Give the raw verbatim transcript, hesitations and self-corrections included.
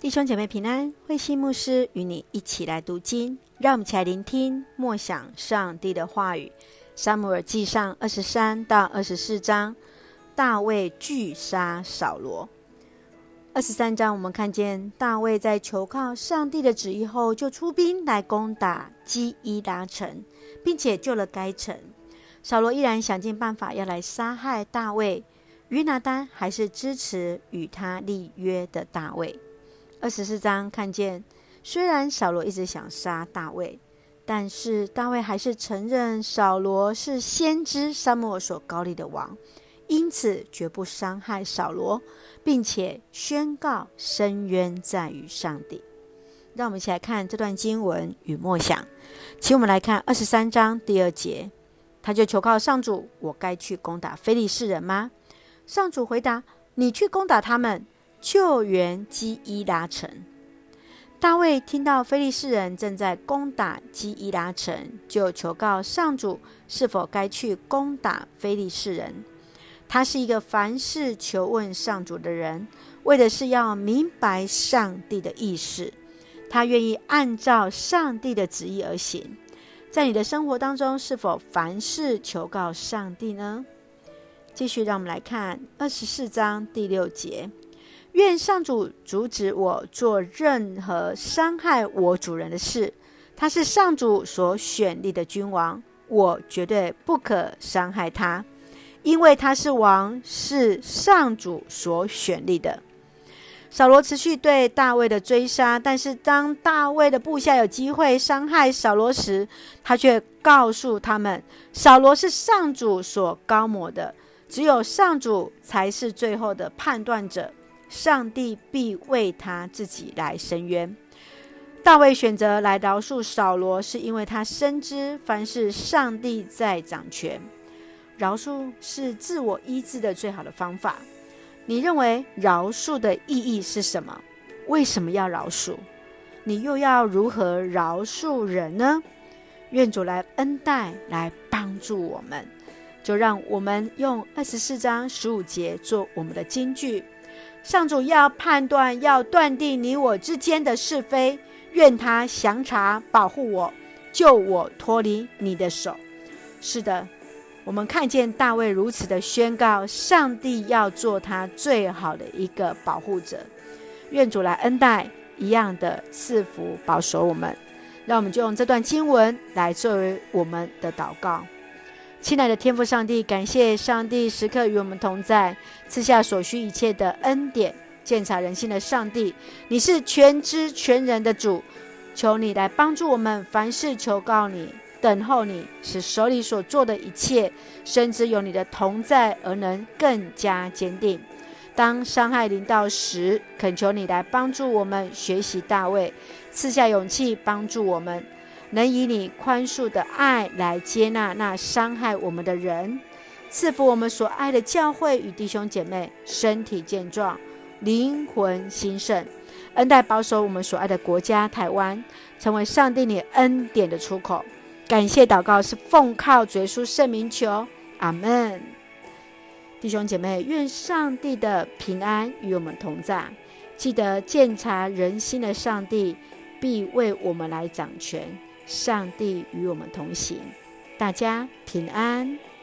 弟兄姐妹平安，慧馨牧师与你一起来读经，让我们一起来聆听默想上帝的话语。撒母耳记上二十三到二十四章，大卫拒杀扫罗。二十三章我们看见大卫在求靠上帝的旨意后，就出兵来攻打基伊拉城，并且救了该城。扫罗依然想尽办法要来杀害大卫，约拿单还是支持与他立约的大卫。二十四章看见，虽然扫罗一直想杀大卫，但是大卫还是承认扫罗是先知撒母耳所膏立的王，因此绝不伤害扫罗，并且宣告伸冤在于上帝。让我们一起来看这段经文与默想。请我们来看二十三章第二节，他就求告上主，我该去攻打非利士人吗？上主回答，你去攻打他们，救援基伊拉城。大卫听到非利士人正在攻打基伊拉城，就求告上主是否该去攻打非利士人。他是一个凡事求问上主的人，为的是要明白上帝的意思，他愿意按照上帝的旨意而行。在你的生活当中，是否凡事求告上帝呢？继续让我们来看二十四章第六节，愿上主阻止我做任何伤害我主人的事，他是上主所选立的君王，我绝对不可伤害他，因为他是王，是上主所选立的。扫罗持续对大卫的追杀，但是当大卫的部下有机会伤害扫罗时，他却告诉他们，扫罗是上主所膏抹的，只有上主才是最后的判断者，上帝必为他自己来伸冤。大卫选择来饶恕扫罗，是因为他深知凡事上帝在掌权，饶恕是自我医治的最好的方法。你认为饶恕的意义是什么？为什么要饶恕？你又要如何饶恕人呢？愿主来恩待，来帮助我们。就让我们用二十四章十五节做我们的金句。上主要判断，要断定你我之间的是非，愿他详察保护我，救我脱离你的手。是的，我们看见大卫如此的宣告，上帝要做他最好的一个保护者。愿主来恩待，一样的赐福保守我们。让我们就用这段经文来作为我们的祷告。亲爱的天父上帝，感谢上帝时刻与我们同在，赐下所需一切的恩典，鉴察人心的上帝，你是全知全能的主，求你来帮助我们，凡事求告你，等候你，使手里所做的一切，深知有你的同在而能更加坚定。当伤害临到时，恳求你来帮助我们学习大卫，赐下勇气帮助我们，能以你宽恕的爱来接纳那伤害我们的人，赐福我们所爱的教会与弟兄姐妹身体健壮，灵魂兴盛，恩待保守我们所爱的国家台湾，成为上帝你恩典的出口。感谢祷告是奉靠主耶稣圣名求，阿们。弟兄姐妹，愿上帝的平安与我们同在。记得鉴察人心的上帝必为我们来掌权，上帝与我们同行。大家平安。